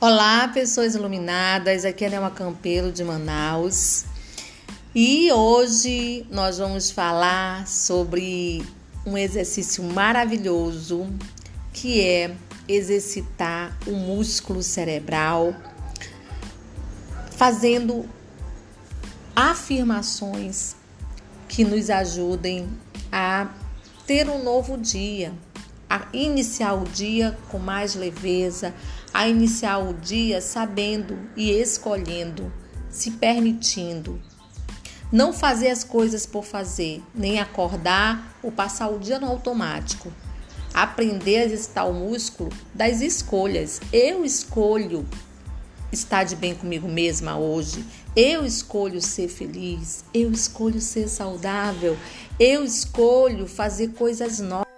Olá, pessoas iluminadas, aqui é Nelma Campelo de Manaus e hoje nós vamos falar sobre um exercício maravilhoso que é exercitar o músculo cerebral, fazendo afirmações que nos ajudem a ter um novo dia, a iniciar o dia com mais leveza, a iniciar o dia sabendo e escolhendo, se permitindo. Não fazer as coisas por fazer, nem acordar ou passar o dia no automático. Aprender a exercitar o músculo das escolhas. Eu escolho estar de bem comigo mesma hoje. Eu escolho ser feliz. Eu escolho ser saudável. Eu escolho fazer coisas novas.